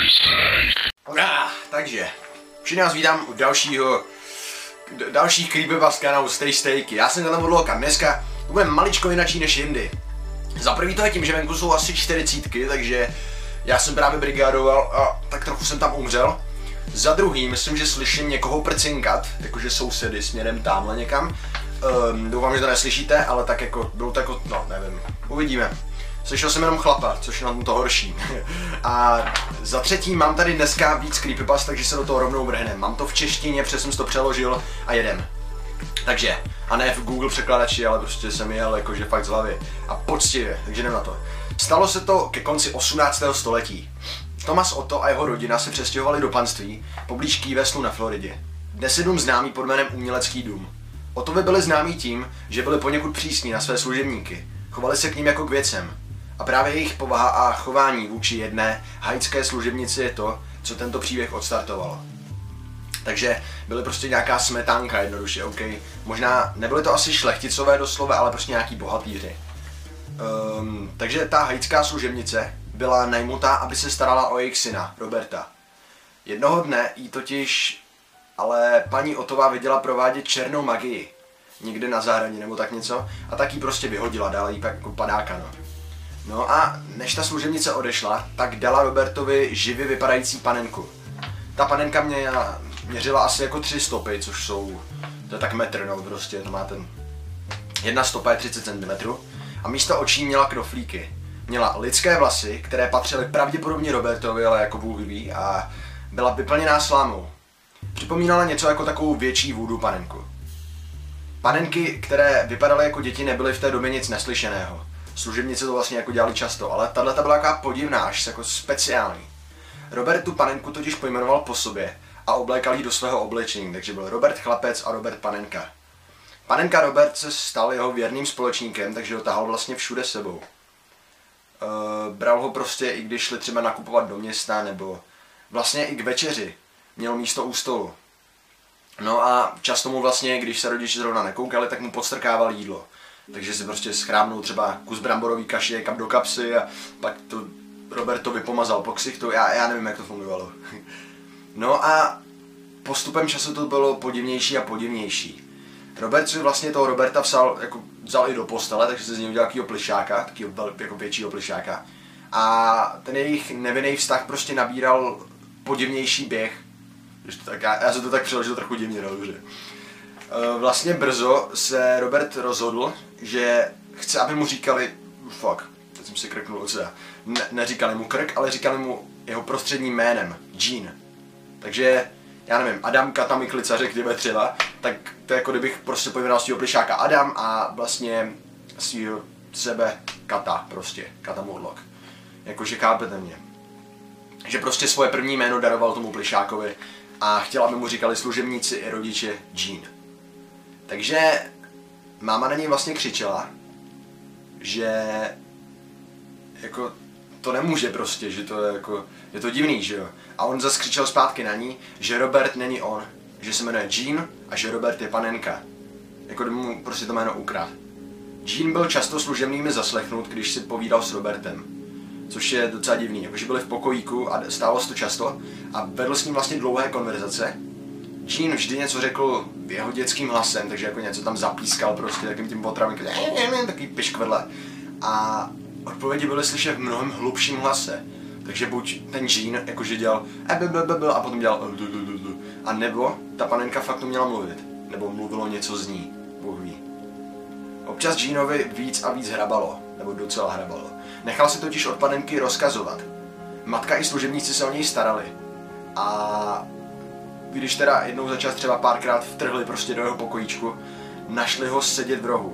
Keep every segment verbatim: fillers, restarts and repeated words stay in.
Ah, takže, všichni nás vítám u dalšího, dalších creepypast kanálu Stay Steaky. Já jsem tam odloka. Dneska budeme maličko jinačí než jindy. Za prvý to je tím, že venku jsou asi čtyřicítky, takže já jsem právě brigádoval a tak trochu jsem tam umřel. Za druhý, myslím, že slyším někoho prcinkat, jakože sousedy směrem tamhle někam. Um, doufám, že to neslyšíte, ale tak jako, bylo to jako, no nevím, uvidíme. Slyšel jsem jenom chlapa, což je na tom to horší. A za třetí mám tady dneska víc creepypast, takže se do toho rovnou vrhnem. Mám to v češtině, přes jsem to přeložil a jedem. Takže, a ne v Google překladači, ale prostě jsem jel jakože fakt z hlavy. A poctivě, takže jdem na to. Stalo se to ke konci osmnáctého století. Thomas Otto a jeho rodina se přestěhovali do panství poblíž Key Westu na Floridě. Dnes je dům známý pod jménem Umělecký dům. Ottovi byli známí tím, že byli poněkud přísní na své služebníky. Chovali se k ním jako k věcem. A právě jejich povaha a chování vůči jedné haitské služebnici je to, co tento příběh odstartovalo. Takže byly prostě nějaká smetánka jednoduše, OK. Možná nebyly to asi šlechticové doslova, ale prostě nějaký bohatýři. Um, takže ta haitská služebnice byla najmutá, aby se starala o jejich syna, Roberta. Jednoho dne jí totiž ale paní Ottová viděla provádět černou magii. Někde na zahradě nebo tak něco. A tak jí prostě vyhodila, dala jí pak jako padáka, no. No a než ta služebnice odešla, tak dala Robertovi živě vypadající panenku. Ta panenka mě měřila asi jako tři stopy, což jsou, to je tak metr, no prostě, to má ten, jedna stopa je třicet centimetrů. A místo očí měla knoflíky. Měla lidské vlasy, které patřily pravděpodobně Robertovi, ale jako Bůh ví, a byla vyplněná slámou. Připomínala něco jako takovou větší voodoo panenku. Panenky, které vypadaly jako děti, nebyly v té době nic neslyšeného. Služebnice to vlastně jako dělali často, ale tahle byla taková podivná, až jako speciální. Robert tu panenku totiž pojmenoval po sobě a oblékal ji do svého oblečení, takže byl Robert chlapec a Robert panenka. Panenka Robert se stal jeho věrným společníkem, takže ho tahal vlastně všude sebou. E, bral ho prostě, i když šli třeba nakupovat do města, nebo vlastně i k večeři. Měl místo u stolu. No a často mu vlastně, když se rodiče zrovna nekoukali, tak mu podstrkával jídlo. Takže si prostě schrábnul třeba kus bramborový kaši někam do kapsy a pak to Robertovi pomazal po ksichtu, já, já nevím, jak to fungovalo. No a postupem času to bylo podivnější a podivnější. Robert si vlastně toho Roberta vzal, jako, vzal i do postele, takže se z něj udělal takovýho plišáka, takovýho jako většího plišáka. A ten jejich nevinný vztah prostě nabíral podivnější běh. Tak, já, já jsem to tak přeložil trochu divně, no dobře. Vlastně brzo se Robert rozhodl, že chce, aby mu říkali, fuck, teď jsem si krknul od sebe, ne, neříkali mu Krk, ale říkali mu jeho prostředním jménem, Gene. Takže, já nevím, Adam Kata Miklica řekněme třeba, tak to je jako kdybych prostě pojmenoval svýho plišáka Adam a vlastně svýho sebe Kata prostě, Kata Morlock. Jakože chápete mě. Že prostě svoje první jméno daroval tomu plišákovi a chtěl, aby mu říkali služebníci i rodiče Gene. Takže máma na něj vlastně křičela, že jako to nemůže prostě, že to je jako, je to divný, že jo. A on zase křičel zpátky na ní, že Robert není on, že se jmenuje Gene a že Robert je panenka. Jako kdyby mu prostě to jméno ukradl. Gene byl často služebnými zaslechnut, když si povídal s Robertem. Což je docela divný, jakože byli v pokojíku a stálo se to často a vedl s ním vlastně dlouhé konverzace. Gene vždy něco řekl jeho dětským hlasem, takže jako něco tam zapískal prostě takým tím potravím, takový piškvedle. A odpovědi byly slyšet v mnohem hlubším hlase. Takže buď ten Gene jakože dělal a potom dělal a nebo ta panenka fakt měla mluvit. Nebo mluvilo něco z ní, Bůh ví. Občas Geneovi víc a víc hrabalo, nebo docela hrabalo. Nechal se totiž od panenky rozkazovat. Matka i služebníci se o něj starali. A když teda jednou za čas třeba párkrát vtrhli prostě do jeho pokojíčku, našli ho sedět v rohu.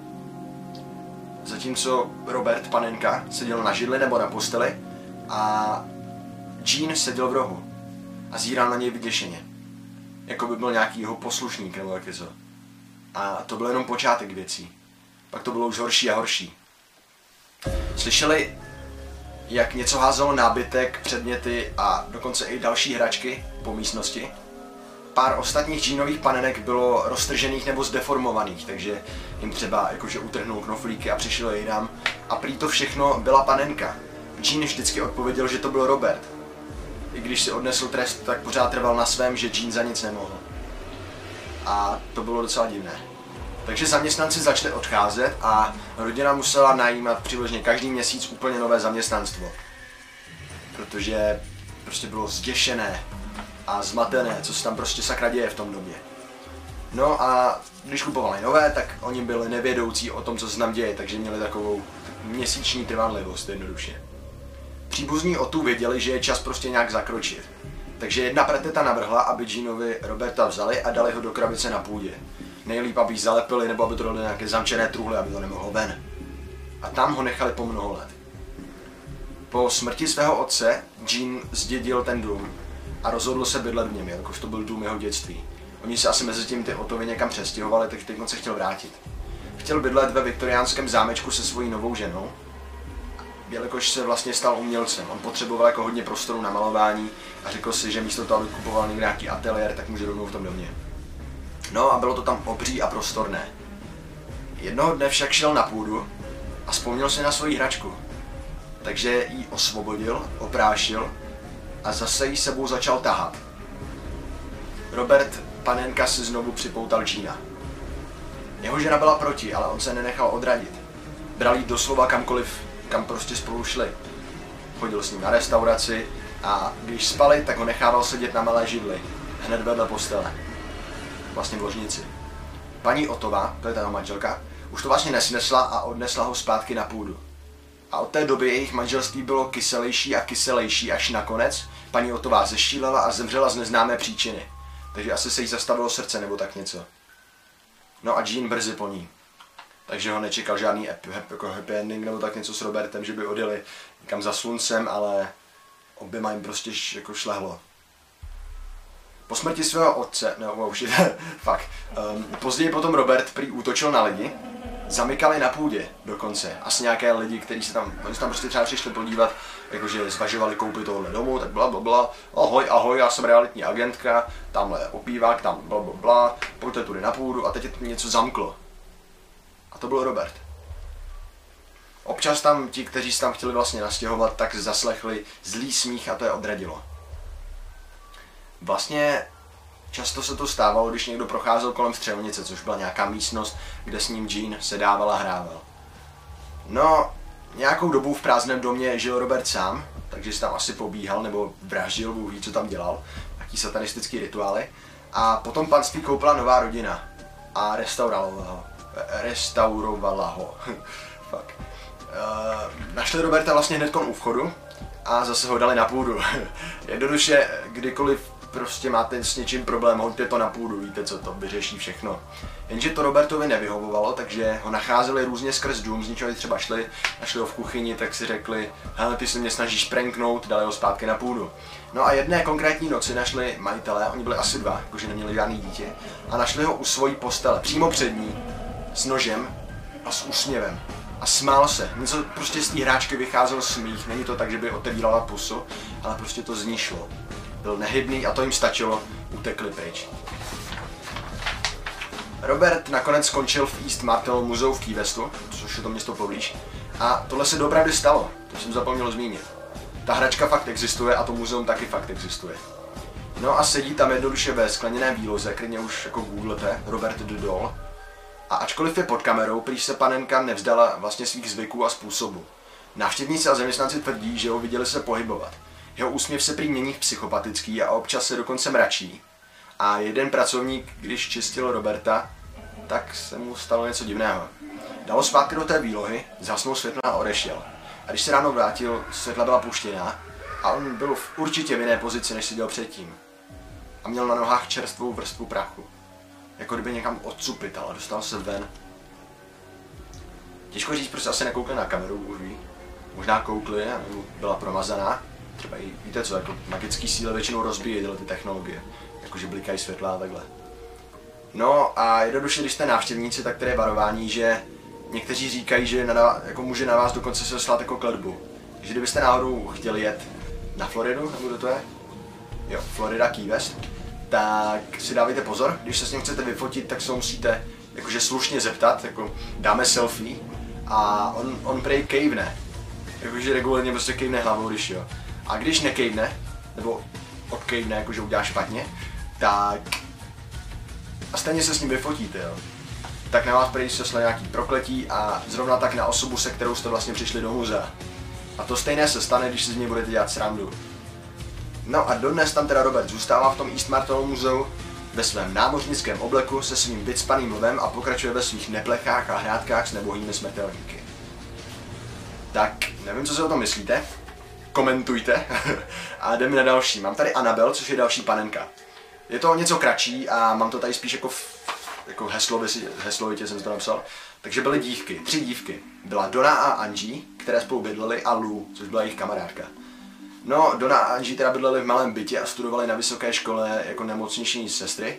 Zatímco Robert, panenka, seděl na židli nebo na posteli a Gene seděl v rohu a zíral na něj vyděšeně. Jako by byl nějaký jeho poslušník nebo jak něco. A to byl jenom počátek věcí. Pak to bylo už horší a horší. Slyšeli, jak něco házelo nábytek, předměty a dokonce i další hračky po místnosti? Pár ostatních Geneových panenek bylo roztržených nebo zdeformovaných, takže jim třeba jakože utrhnul knoflíky a přišel jej dám. A prý to všechno byla panenka. Gene vždycky odpověděl, že to byl Robert. i když si odnesl trest, tak pořád trval na svém, že Jean za nic nemohl. A to bylo docela divné. Takže zaměstnanci začali odcházet a rodina musela najímat přibližně každý měsíc úplně nové zaměstnanstvo. Protože prostě bylo zděšené a zmatené, co se tam prostě sakra děje v tom domě. No a když kupovali nové, tak oni byli nevědoucí o tom, co se tam děje, takže měli takovou měsíční trvanlivost jednoduše. Příbuzní o tu věděli, že je čas prostě nějak zakročit. Takže jedna preteta navrhla, aby Jeanovi Roberta vzali a dali ho do krabice na půdě. Nejlíp, aby ji zalepili, nebo aby to dali nějaké zamčené truhly, aby to nemohlo ven. A tam ho nechali po mnoho let. Po smrti svého otce Jean zdědil ten dům a rozhodl se bydlet v něm, jakož to byl dům jeho dětství. Oni se asi mezi tím ty Ottovy někam přestěhovali, takže teď se chtěl vrátit. Chtěl bydlet ve viktoriánském zámečku se svojí novou ženou, jelikož se vlastně stal umělcem. On potřeboval jako hodně prostoru na malování a řekl si, že místo toho, aby kupoval někde nějaký ateliér, tak může rovnou v tom domě. No a bylo to tam obří a prostorné. Jednoho dne však šel na půdu a vzpomněl si na svoji hračku. Takže ji osvobodil, oprášil a zase ji sebou začal tahat. Robert panenka si znovu připoutal Jeana. Jeho žena byla proti, ale on se nenechal odradit. Bral jí doslova kamkoliv, kam prostě spolu šli. Chodil s ním na restauraci a když spali, tak ho nechával sedět na malé židli, hned vedle postele. Vlastně v ložnici. Paní Ottová, to je ta manželka, už to vlastně nesnesla a odnesla ho zpátky na půdu. A od té doby jejich manželství bylo kyselejší a kyselejší, až nakonec paní Ottová zešílela a zemřela z neznámé příčiny. Takže asi se jí zastavilo srdce nebo tak něco. No a Jean brzy po ní. Takže ho nečekal žádný jako happy ending nebo tak něco s Robertem, že by odjeli někam za sluncem, ale oběma jim prostě jako šlehlo. Po smrti svého otce, no wow, shit, fakt, um, později potom Robert prý útočil na lidi, zamykali na půdě dokonce, asi nějaké lidi, kteří se tam, oni se tam prostě třeba přišli podívat, jakože zvažovali koupit tohle domu, tak bla bla bla, ahoj, ahoj, já jsem realitní agentka, tamhle opívák, tam bla bla bla, pojďte tudy na půdu a teď je to něco zamklo. A to byl Robert. Občas tam ti, kteří se tam chtěli vlastně nastěhovat, tak zaslechli zlý smích a to je odradilo. Vlastně často se to stávalo, když někdo procházel kolem střelnice, což byla nějaká místnost, kde s ním Jean sedával a hrával. No, nějakou dobu v prázdném domě žil Robert sám, takže si tam asi pobíhal nebo vraždil, Bůh ví, co tam dělal, nějaký satanistický rituály. A potom panství koupila nová rodina a restaurovala ho. Restaurovala ho. Fuck. Uh, našli Roberta vlastně hned u vchodu a zase ho dali na půdu. Jednoduše, kdykoliv prostě máte s něčím problém, hoďte to na půdu, víte co, to vyřeší všechno. Jenže to Robertovi nevyhovovalo, takže ho nacházeli různě skrz dům, z ničeho třeba šli, našli ho v kuchyni, tak si řekli, hele, ty se mě snažíš pranknout, dali ho zpátky na půdu. No a jedné konkrétní noci našli majitelé, oni byli asi dva, jakože neměli žádný dítě, a našli ho u svojí postele, přímo před ní, s nožem a s úsměvem. A smál se, něco prostě z té hráčky vycházel smích, není to tak, že by otevírala pusu, ale prostě to z ní šlo. Byl nehybný a to jim stačilo, utekli pryč. Robert nakonec skončil v East Martello muzeu v Key Westu, což je to město poblíž. A tohle se doopravdy stalo, to jsem zapomněl zmínit. Ta hračka fakt existuje a to muzeum taky fakt existuje. No a sedí tam jednoduše ve skleněné výloze, klidně už jako googlete, Robert the Doll. A ačkoliv je pod kamerou, prý se panenka nevzdala vlastně svých zvyků a způsobů. Návštěvníci a zaměstnanci tvrdí, že ho viděli se pohybovat. Jeho úsměv se prý mění v psychopatický a občas se dokonce mračí. A jeden pracovník, když čistil Roberta, tak se mu stalo něco divného. Dalo zpátky do té výlohy, zhasnul světla a odešel. A když se ráno vrátil, světla byla puštěná a on byl v určitě v jiné pozici, než seděl předtím. A měl na nohách čerstvou vrstvu prachu. Jako kdyby někam odcupital a dostal se ven. Těžko říct, protože asi nekoukli na kameru, už ví. Možná koukli, nebo byla promazaná. Třeba i, víte co, jako magický síly většinou rozbíjí tyhle ty technologie. Jakože blikají světla a takhle. No a jednoduše, když jste návštěvníci, tak tady je varování, že někteří říkají, že na, jako může na vás dokonce se slat jako kletbu. Takže kdybyste náhodou chtěli jet na Floridu, nebo kdo to je? Jo, Florida Key West. Tak si dávejte pozor, když se s ním chcete vyfotit, tak se musíte jakože slušně zeptat, jako dáme selfie a on, on prej kejvne. Jakože regulárně prostě kejvne hlavou, když jo. A když nekejvne, nebo odkejvne, jako že udělá špatně, tak a stejně se s ním vyfotíte, jo. Tak na vás prý sesle nějaký prokletí a zrovna tak na osobu, se kterou jste vlastně přišli do muzea. A to stejné se stane, když si z něj budete dělat srandu. No a dodnes tam teda Robert zůstává v tom East Martello muzeu ve svém námořnickém obleku se svým vycpaným lvem a pokračuje ve svých neplechách a hrádkách s nebohými smrtelníky. Tak, nevím, co si o tom myslíte, komentujte a jdeme na další. Mám tady Annabelle, což je další panenka. Je to něco kratší a mám to tady spíš jako, jako heslovitě, heslovitě jsem to napsal. Takže byly dívky, tři dívky. Byla Donna a Angie, které spolu bydlely, a Lou, což byla jejich kamarádka. No, Donna a Angie teda bydlely v malém bytě a studovali na vysoké škole jako nemocniční sestry.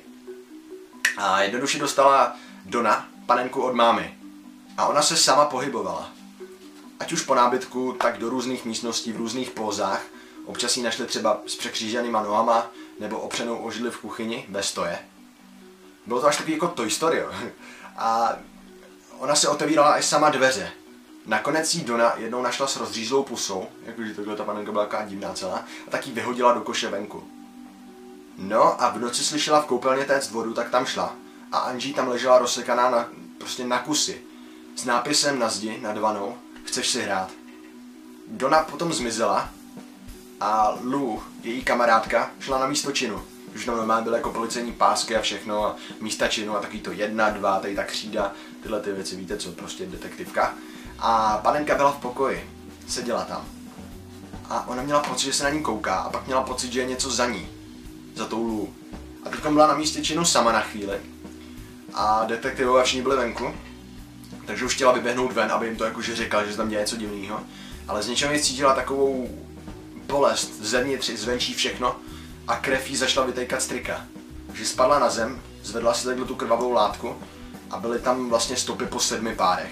A jednoduše dostala Donna panenku od mámy. A ona se sama pohybovala. Ať už po nábytku, tak do různých místností v různých pózách. Občas ji našli třeba s překříženýma nohama, nebo opřenou o židli v kuchyni, bez stoje. Bylo to až takový jako Toy Story, jo. A ona se otevírala i sama dveře. Nakonec jí Donna jednou našla s rozřízlou pusou, jakože takhle ta panenka byla taková divná celá, a tak ji vyhodila do koše venku. No a v noci slyšela v koupelně téct vodu, tak tam šla. A Angie tam ležela rozsekaná na, prostě na kusy. S nápisem na zdi, nad vanou, chceš si hrát. Donna potom zmizela a Lou, její kamarádka, šla na místo činu. Už tam normálně byly jako policejní pásky a všechno a místa činu a taky to jedna, dva, tady ta křída, tyhle ty věci, víte co, prostě detektivka. A panenka byla v pokoji, seděla tam. A ona měla pocit, že se na ní kouká a pak měla pocit, že je něco za ní, za tou Lou. A teď byla na místě činu sama na chvíli. A detektivové všichni byli venku, takže už chtěla vyběhnout ven, aby jim to jakože řekla, že tam děje něco divného. Ale z něčeho cítila takovou bolest, zevnitř, zvenčí všechno a krev jí začala vytékat z trika. Takže spadla na zem, zvedla si takhle tu krvavou látku a byly tam vlastně stopy po sedmi párech.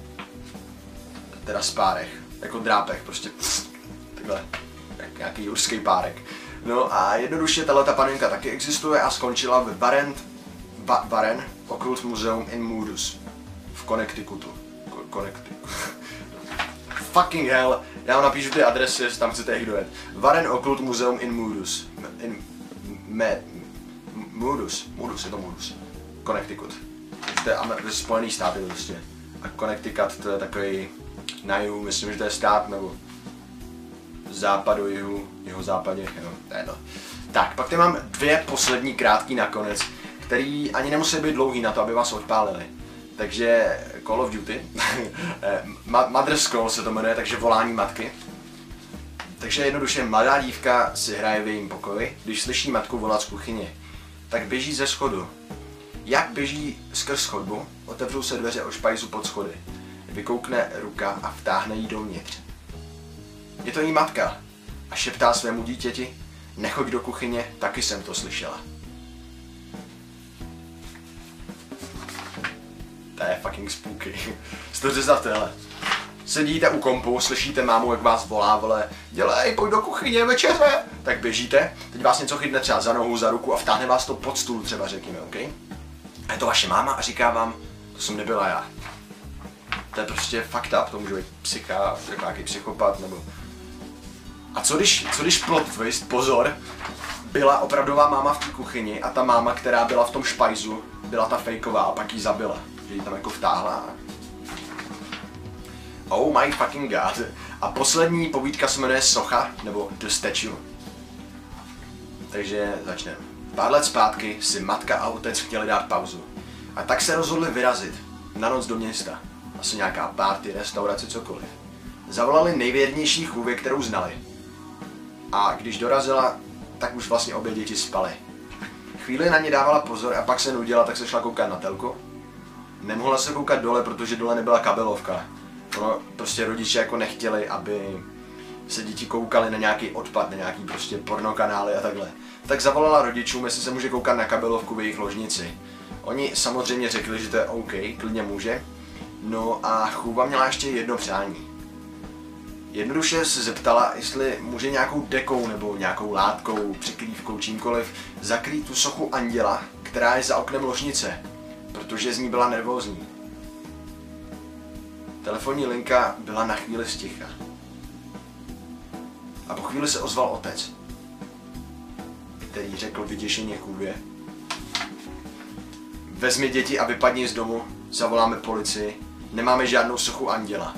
Teda spárech, jako drápech, prostě takhle, jak nějaký jurský párek. No a jednoduše tato panenka taky existuje a skončila v Warren, Va, Warren Occult Museum in Moodus v Connecticutu. Connecticut. Fucking hell, já vám napíšu ty adresy, jestli tam chcete jich dojet. Warren Occult Museum in Moodus. In me, Moodus, Moodus, je to Moodus. Connecticut. To je Amer- Spojený státy prostě. A Connecticut to je takový na jihu, myslím, že to je stát, nebo západu, jihu, jihu západě, jo, to je jedno. Tak, pak tady mám dvě poslední krátký nakonec, který ani nemusí být dlouhý na to, aby vás odpálili. Takže Call of Duty, Mother's Call se to jmenuje, takže volání matky. Takže jednoduše mladá dívka si hraje v jejím pokoji, když slyší matku volat z kuchyně, tak běží ze schodu. Jak běží skrz chodbu, otevřou se dveře od špajzu pod schody. Vykoukne ruka a vtáhne jí dovnitř. Je to jí matka a šeptá svému dítěti, nechoď do kuchyně, taky jsem to slyšela. To je fucking spooky. Si to představte, hele. Sedíte u kompu, slyšíte mámu, jak vás volá, vole, dělej, pojď do kuchyně, večeře. Tak běžíte, teď vás něco chytne třeba za nohu, za ruku a vtáhne vás to pod stůl třeba, řekněme, OK? A je to vaše máma a říká vám, to jsem nebyla já. To je prostě fucked up, to může být psycha, jako nějaký psychopat, nebo... A co když, co když plot twist, pozor, byla opravdová máma v té kuchyni a ta máma, která byla v tom špajzu, byla ta fejková a pak ji zabila. Že ji tam jako vtáhla. Oh my fucking god. A poslední povídka se jmenuje Socha, nebo The Statue. Takže začneme. Pár let zpátky si matka a otec chtěli dát pauzu. A tak se rozhodli vyrazit na noc do města. Asi nějaká party, restaurace, cokoliv. Zavolali nejvěrnější chůvě, kterou znali. A když dorazila, tak už vlastně obě děti spaly. Chvíli na ně dávala pozor a pak se nudila, tak se šla koukat na telku. Nemohla se koukat dole, protože dole nebyla kabelovka. No, prostě rodiče jako nechtěli, aby se děti koukaly na nějaký odpad, na nějaký prostě pornokanály a takhle. Tak zavolala rodičům, jestli se může koukat na kabelovku v jejich ložnici. Oni samozřejmě řekli, že to je OK, klidně může. No a chůva měla ještě jedno přání. Jednoduše se zeptala, jestli může nějakou dekou nebo nějakou látkou, přikrývkou, čímkoliv zakrýt tu sochu anděla, která je za oknem ložnice, protože z ní byla nervózní. Telefonní linka byla na chvíli sticha. A po chvíli se ozval otec. který řekl vyděšeně Kůvě: vezmi děti a vypadni z domu, zavoláme policii, nemáme žádnou sochu anděla.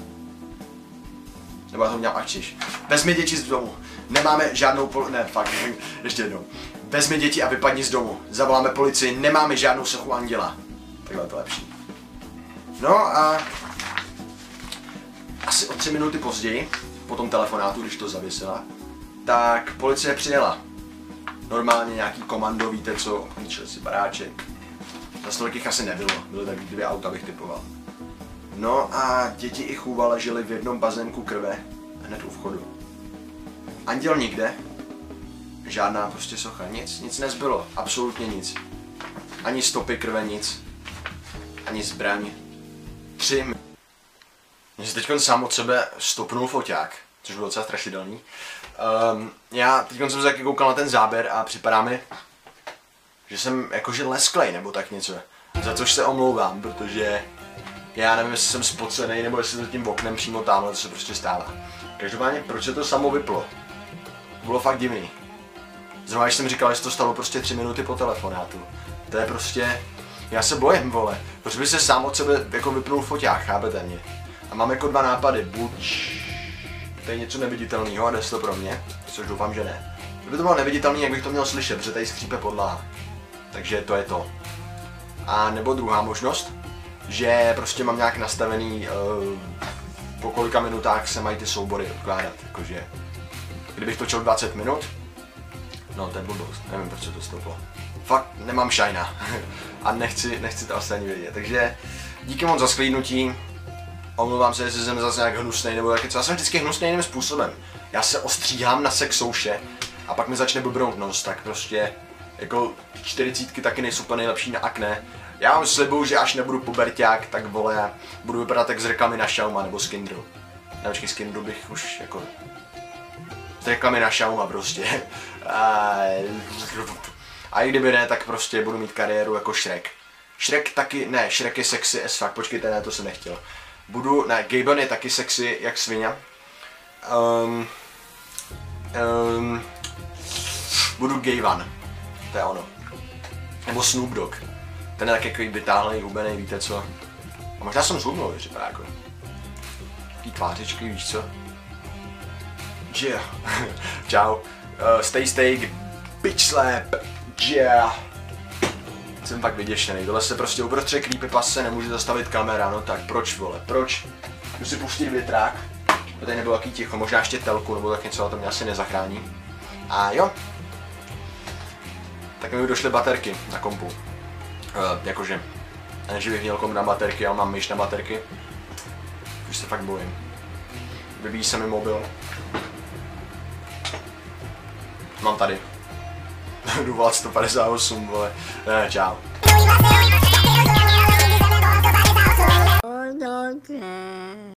Nebo já to měl akčiš. Vezmi děti z domu, nemáme žádnou pol... Ne, fakt, ještě jednou. Vezmi děti a vypadni z domu, zavoláme policii, nemáme žádnou sochu anděla. Takhle je to lepší. No a asi o tři minuty později, po tom telefonátu, když to zavěsila, tak policie přijela. Normálně nějaký komando, víte co, obklíčili si baráček. Za stolik asi nebylo, byly tak dvě auta, bych typoval. No a děti i chůva ležely v jednom bazénku krve, hned u vchodu. Anděl nikde, žádná prostě socha, nic, nic nezbylo, absolutně nic. Ani stopy krve, nic. Ani zbraň. Tři. Mně se teď sám od sebe stopnul foťák, což bylo docela strašidelný. Um, já teď jsem se taky koukal na ten záběr a připadá mi, že jsem jakože lesklej nebo tak něco. Za což se omlouvám, protože já nevím, jestli jsem spocený nebo jestli to tím oknem přímo tamhle, to se prostě stává. Každopádně, proč se to samo vyplo? To bylo fakt divný. Zrovna když jsem říkal, že to stalo prostě tři minuty po telefonátu. To je prostě... Já se bojím, vole. Proč by se sám od sebe jako vypnul foťák, chápete mě? A mám jako dva nápady, buď... to je něco neviditelného a jde to pro mě, což doufám, že ne. Kdyby to bylo neviditelný, jak bych to měl slyšet, protože tady skřípe podlaha. Takže to je to. A nebo druhá možnost, že prostě mám nějak nastavený, uh, po kolika minutách se mají ty soubory odkládat, jakože kdybych točil dvacet minut, no to je blbost, nevím, proč se to stoplo. Fakt nemám šajna a nechci, nechci to asi ani vědět, takže díky moc za sklídnutí, omlouvám se, jestli jsem zase nějak hnusnej nebo taky co, já jsem vždycky hnusnej jiným způsobem. Já se ostříhám na sexouše a pak mi začne blbnout nos, tak prostě jako čtyřicítky taky nejsou úplně nejlepší na akné. Já vám slibuju, že až nebudu puberťák, tak vole, budu vypadat tak z reklamy na Xiaoma nebo z Kindru. Ne, počkej, z Kindru bych už jako... Z reklamy na Xiaoma prostě. A... a i kdyby ne, tak prostě budu mít kariéru jako Shrek. Shrek taky, ne, Shrek je sexy as fuck, počkejte, ne, to jsem nechtěl. Budu, ne, Gaben je taky sexy jak svině. Um, um, budu Gavan, to je ono. Nebo Snoop Dogg. Ten je tak jako vytáhlej, hubenej, víte co. A možná jsem zhubnul, že vypadá jako. Taký tvářičky, víš co. Yeah. Čau. Uh, stay steak, bitch slap. Yeah. Jsem fakt vyděšený, tohle se prostě uprostřed creepypasty nemůže zastavit kamera, no tak proč, vole, proč? Jdu si pustit větrák, tady nebylo taký ticho, možná ještě telku nebo tak něco, ale to mě asi nezachrání. A jo. Tak mi došly baterky na kompu. Uh, jakože, ne, že bych měl komp na baterky, ale mám myš na baterky. Už se fakt bojím. Vybíjí se mi mobil. Mám tady. Jdu volat sto padesát osm, vole. Ne, čau.